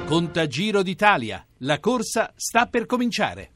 Conta Giro d'Italia. La corsa sta per cominciare.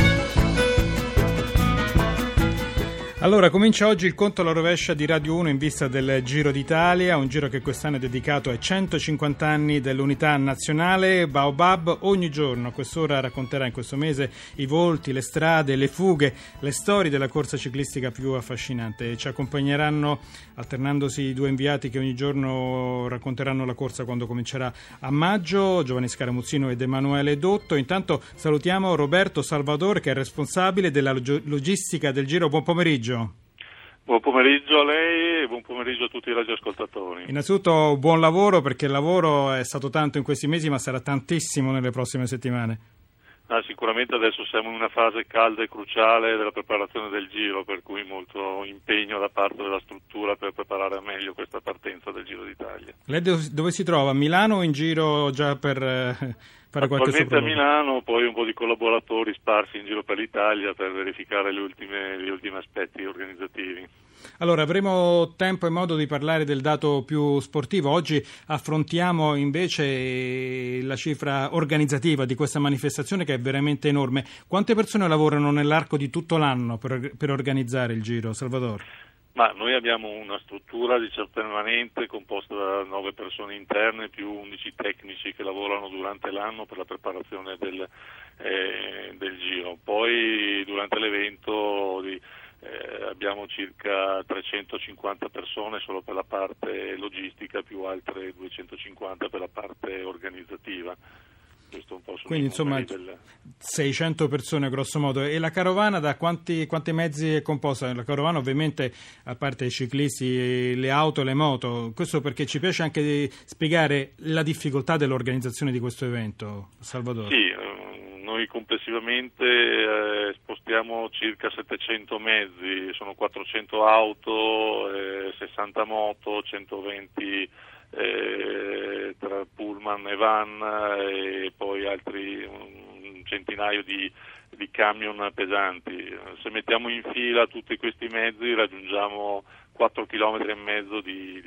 Allora, comincia oggi il conto alla rovescia di Radio 1 in vista del Giro d'Italia, un giro che quest'anno è dedicato ai 150 anni dell'unità nazionale. Baobab ogni giorno a quest'ora racconterà in questo mese i volti, le strade, le fughe, le storie della corsa ciclistica più affascinante. Ci accompagneranno alternandosi i due inviati che ogni giorno racconteranno la corsa quando comincerà a maggio, Giovanni Scaramuzzino ed Emanuele Dotto. Intanto salutiamo Roberto Salvador, che è responsabile della logistica del Giro. Buon pomeriggio. Buon pomeriggio a lei e buon pomeriggio a tutti i radioascoltatori. Innanzitutto buon lavoro, perché il lavoro è stato tanto in questi mesi, ma sarà tantissimo nelle prossime settimane. Sicuramente adesso siamo in una fase calda e cruciale della preparazione del Giro, per cui molto impegno da parte della struttura per preparare al meglio questa partenza del Giro d'Italia. Lei dove si trova? A Milano o in giro già per fare qualche sopralluogo? Attualmente a Milano, poi un po' di collaboratori sparsi in giro per l'Italia per verificare gli ultimi aspetti organizzativi. Allora, avremo tempo e modo di parlare del dato più sportivo. Oggi affrontiamo invece la cifra organizzativa di questa manifestazione, che è veramente enorme. Quante persone lavorano nell'arco di tutto l'anno per organizzare il Giro, Salvador? Ma noi abbiamo una struttura permanente composta da 9 persone interne più 11 tecnici che lavorano durante l'anno per la preparazione del Giro. Poi durante l'evento abbiamo circa 350 persone solo per la parte logistica, più altre 250 per la parte organizzativa. Questo un po' quindi insomma 600 persone grosso modo. E la carovana da quanti mezzi è composta? La carovana ovviamente, a parte i ciclisti, le auto e le moto. Questo perché ci piace anche spiegare la difficoltà dell'organizzazione di questo evento, Salvador. Sì, noi complessivamente spostiamo circa 700 mezzi, sono 400 auto, 60 moto, 120 tra pullman e van, e poi altri un centinaio di camion pesanti. Se mettiamo in fila tutti questi mezzi raggiungiamo 4 km e mezzo di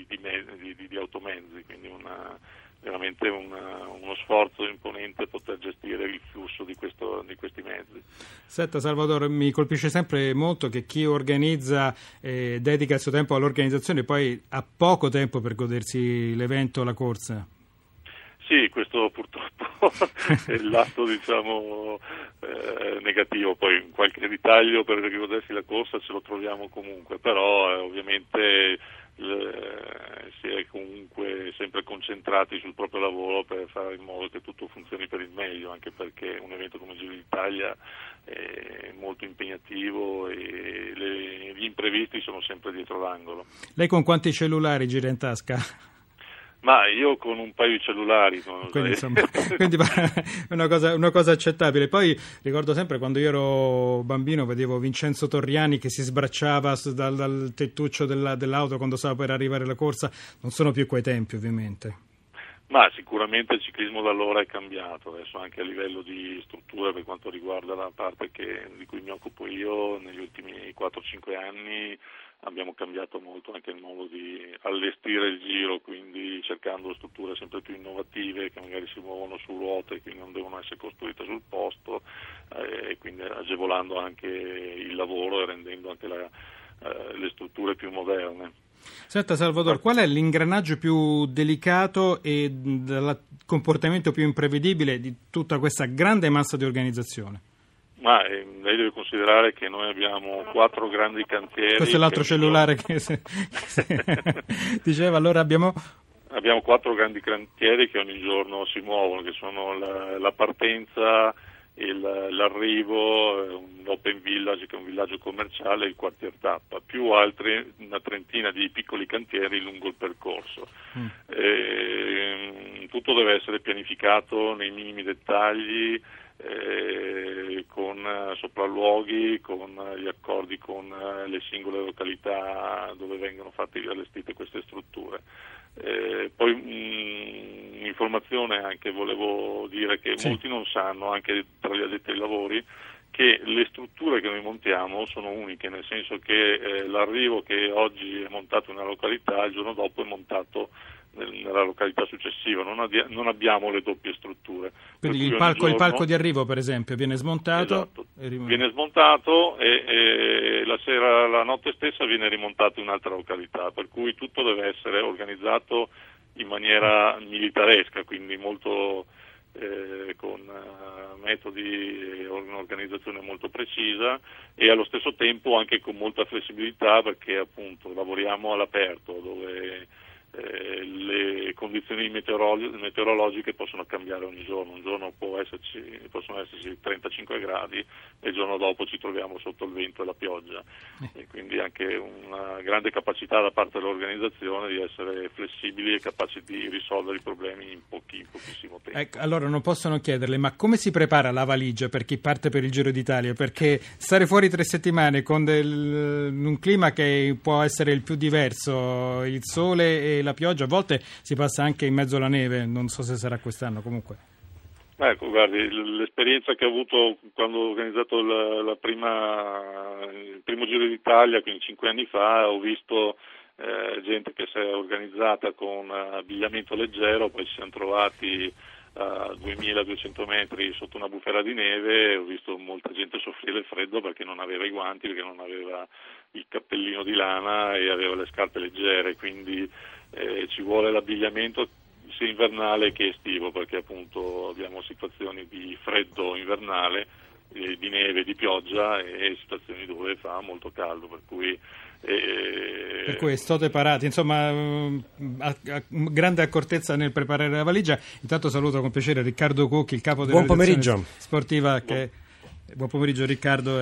automezzi, quindi veramente uno sforzo imponente poter gestire il flusso di questi mezzi. Senta Salvador, mi colpisce sempre molto che chi organizza dedica il suo tempo all'organizzazione e poi ha poco tempo per godersi l'evento, la corsa. Sì, questo purtroppo è il lato negativo. Poi qualche ritaglio per ricordarsi la corsa ce lo troviamo comunque, però ovviamente si è comunque sempre concentrati sul proprio lavoro per fare in modo che tutto funzioni per il meglio, anche perché un evento come il Giro d'Italia è molto impegnativo e gli imprevisti sono sempre dietro l'angolo. Lei con quanti cellulari gira in tasca? Ma io con un paio di cellulari. Quindi è una cosa accettabile. Poi ricordo sempre quando io ero bambino, vedevo Vincenzo Torriani che si sbracciava dal tettuccio dell'auto quando stava per arrivare alla corsa. Non sono più quei tempi, ovviamente. Ma sicuramente il ciclismo da allora è cambiato, adesso anche a livello di struttura, per quanto riguarda la parte di cui mi occupo io. Negli ultimi 4-5 anni abbiamo cambiato molto anche il modo di allestire il Giro, quindi cercando strutture sempre più innovative che magari si muovono su ruote e quindi non devono essere costruite sul posto, e quindi agevolando anche il lavoro e rendendo anche le strutture più moderne. Senta Salvador, qual è l'ingranaggio più delicato e il comportamento più imprevedibile di tutta questa grande massa di organizzazione? Ma lei deve considerare che noi abbiamo 4 grandi cantieri. Questo è l'altro cellulare che diceva. Allora abbiamo 4 grandi cantieri che ogni giorno si muovono, che sono la partenza, l'arrivo, un open village che è un villaggio commerciale, il quartier tappa, più altri una trentina di piccoli cantieri lungo il percorso. Tutto deve essere pianificato nei minimi dettagli, con sopralluoghi, con gli accordi con le singole località dove vengono allestite queste strutture. Poi un'informazione anche volevo dire che molti non sanno, anche tra gli addetti ai lavori, che le strutture che noi montiamo sono uniche, nel senso che l'arrivo che oggi è montato in una località, il giorno dopo è montato nella località successiva, non abbiamo le doppie strutture. Quindi il palco di arrivo, per esempio, viene smontato? Esatto, viene smontato e la notte stessa viene rimontato in un'altra località, per cui tutto deve essere organizzato in maniera militaresca, quindi molto con metodi e un'organizzazione molto precisa e allo stesso tempo anche con molta flessibilità, perché appunto lavoriamo all'aperto dove le condizioni meteorologiche possono cambiare ogni giorno. Un giorno possono esserci 35 gradi e il giorno dopo ci troviamo sotto il vento e la pioggia, e quindi anche una grande capacità da parte dell'organizzazione di essere flessibili e capaci di risolvere i problemi in pochissimo tempo. Ecco, allora non possono chiederle, ma come si prepara la valigia per chi parte per il Giro d'Italia? Perché stare fuori 3 settimane con un clima che può essere il più diverso, il sole e la pioggia, a volte si passa anche in mezzo alla neve, non so se sarà quest'anno comunque. Ecco, guardi, l'esperienza che ho avuto quando ho organizzato il primo Giro d'Italia, quindi 5 anni fa, ho visto gente che si è organizzata con abbigliamento leggero, poi ci siamo trovati a 2200 metri sotto una bufera di neve, ho visto molta gente soffrire il freddo perché non aveva i guanti, perché non aveva il cappellino di lana e aveva le scarpe leggere, quindi ci vuole l'abbigliamento sia invernale che estivo, perché appunto abbiamo situazioni di freddo invernale, di neve, di pioggia e situazioni dove fa molto caldo, per cui state parati, insomma, grande accortezza nel preparare la valigia. Intanto saluto con piacere Riccardo Cucchi, il capo della redazione sportiva che... Buon pomeriggio Riccardo,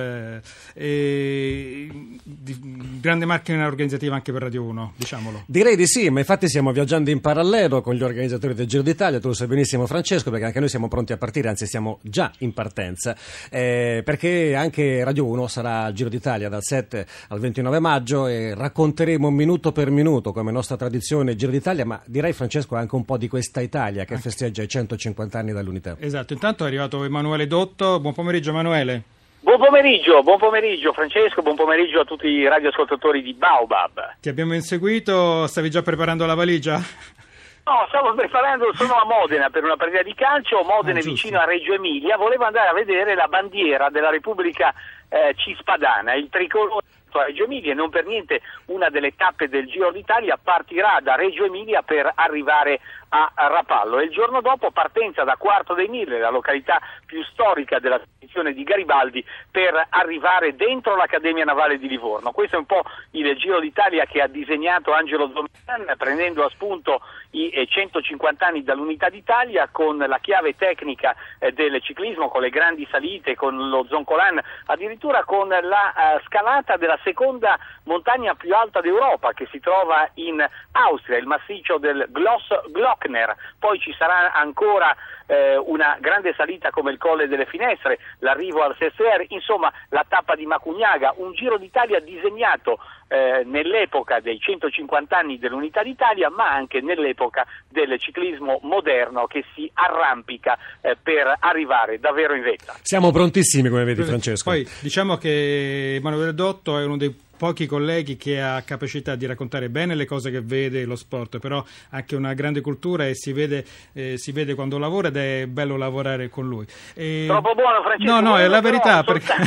grande macchina organizzativa anche per Radio 1, diciamolo. Direi di sì, ma infatti stiamo viaggiando in parallelo con gli organizzatori del Giro d'Italia, tu lo sai benissimo Francesco, perché anche noi siamo pronti a partire, anzi siamo già in partenza, perché anche Radio 1 sarà al Giro d'Italia dal 7 al 29 maggio e racconteremo minuto per minuto, come nostra tradizione, il Giro d'Italia, ma direi Francesco anche un po' di questa Italia che festeggia i 150 anni dall'unità. Esatto, intanto è arrivato Emanuele Dotto, buon pomeriggio Emanuele. Buon pomeriggio Francesco, buon pomeriggio a tutti i radioascoltatori di Baobab. Ti abbiamo inseguito, stavi già preparando la valigia? No, stavo preparando, sono a Modena per una partita di calcio, Modena è vicino a Reggio Emilia, volevo andare a vedere la bandiera della Repubblica Cispadana, il tricolore a Reggio Emilia, non per niente una delle tappe del Giro d'Italia partirà da Reggio Emilia per arrivare a Rapallo e il giorno dopo partenza da Quarto dei Mille, la località più storica della spedizione di Garibaldi, per arrivare dentro l'Accademia Navale di Livorno. Questo è un po' il Giro d'Italia che ha disegnato Angelo Zomian, prendendo a spunto i 150 anni dall'Unità d'Italia, con la chiave tecnica del ciclismo, con le grandi salite, con lo Zoncolan, addirittura con la scalata della seconda montagna più alta d'Europa che si trova in Austria, il massiccio del Glockner. Poi ci sarà ancora una grande salita come il Colle delle Finestre, l'arrivo al CSR, insomma la tappa di Macugnaga, un Giro d'Italia disegnato nell'epoca dei 150 anni dell'Unità d'Italia, ma anche nell'epoca del ciclismo moderno che si arrampica per arrivare davvero in vetta. Siamo prontissimi, come vedi Francesco. Poi diciamo che Emanuele Dotto è uno dei pochi colleghi che ha capacità di raccontare bene le cose che vede lo sport, però anche una grande cultura e si vede quando lavora ed è bello lavorare con lui. Troppo buono Francesco. No, è la verità.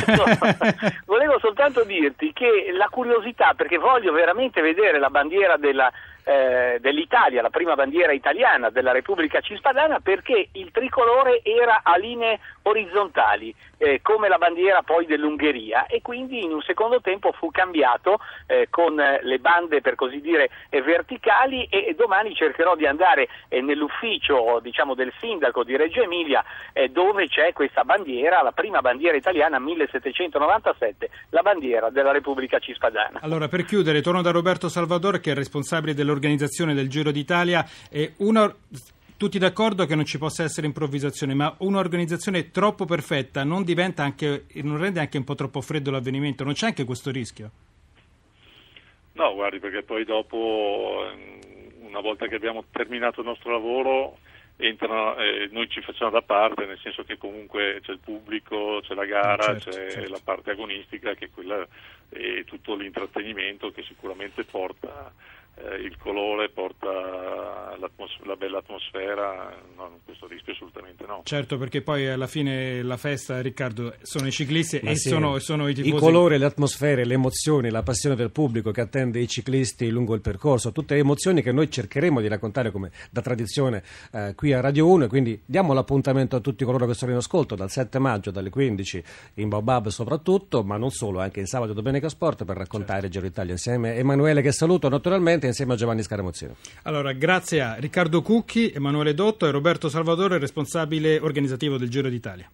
Volevo soltanto dirti che la curiosità, perché voglio veramente vedere la bandiera dell'Italia, la prima bandiera italiana della Repubblica Cispadana, perché il tricolore era a linee orizzontali, come la bandiera poi dell'Ungheria, e quindi in un secondo tempo fu cambiato con le bande per così dire verticali, e domani cercherò di andare nell'ufficio del sindaco di Reggio Emilia dove c'è questa bandiera, la prima bandiera italiana 1797, la bandiera della Repubblica Cispadana. Allora, per chiudere torno da Roberto Salvador, che è responsabile dell'organizzazione del Giro d'Italia. Tutti d'accordo che non ci possa essere improvvisazione, ma un'organizzazione troppo perfetta non rende anche un po' troppo freddo l'avvenimento? Non c'è anche questo rischio? No, guardi, perché poi dopo, una volta che abbiamo terminato il nostro lavoro, entrano noi ci facciamo da parte, nel senso che comunque c'è il pubblico, c'è la gara, c'è la parte agonistica, che è quella, e tutto l'intrattenimento che sicuramente porta il colore porta la bella atmosfera, no, questo rischio assolutamente no. Certo, perché poi alla fine la festa, Riccardo, sono i ciclisti e sì, sono i tifosi. I colori, le atmosfere, le emozioni, la passione del pubblico che attende i ciclisti lungo il percorso, tutte le emozioni che noi cercheremo di raccontare come da tradizione qui a Radio 1, e quindi diamo l'appuntamento a tutti coloro che sono in ascolto dal 7 maggio dalle 15 in Baobab soprattutto, ma non solo, anche in sabato e domenica sport per raccontare il Giro d'Italia insieme a Emanuele, che saluto naturalmente, insieme a Giovanni Scaramuzzino. Allora, grazie a Riccardo Cucchi, Emanuele Dotto e Roberto Salvatore, responsabile organizzativo del Giro d'Italia.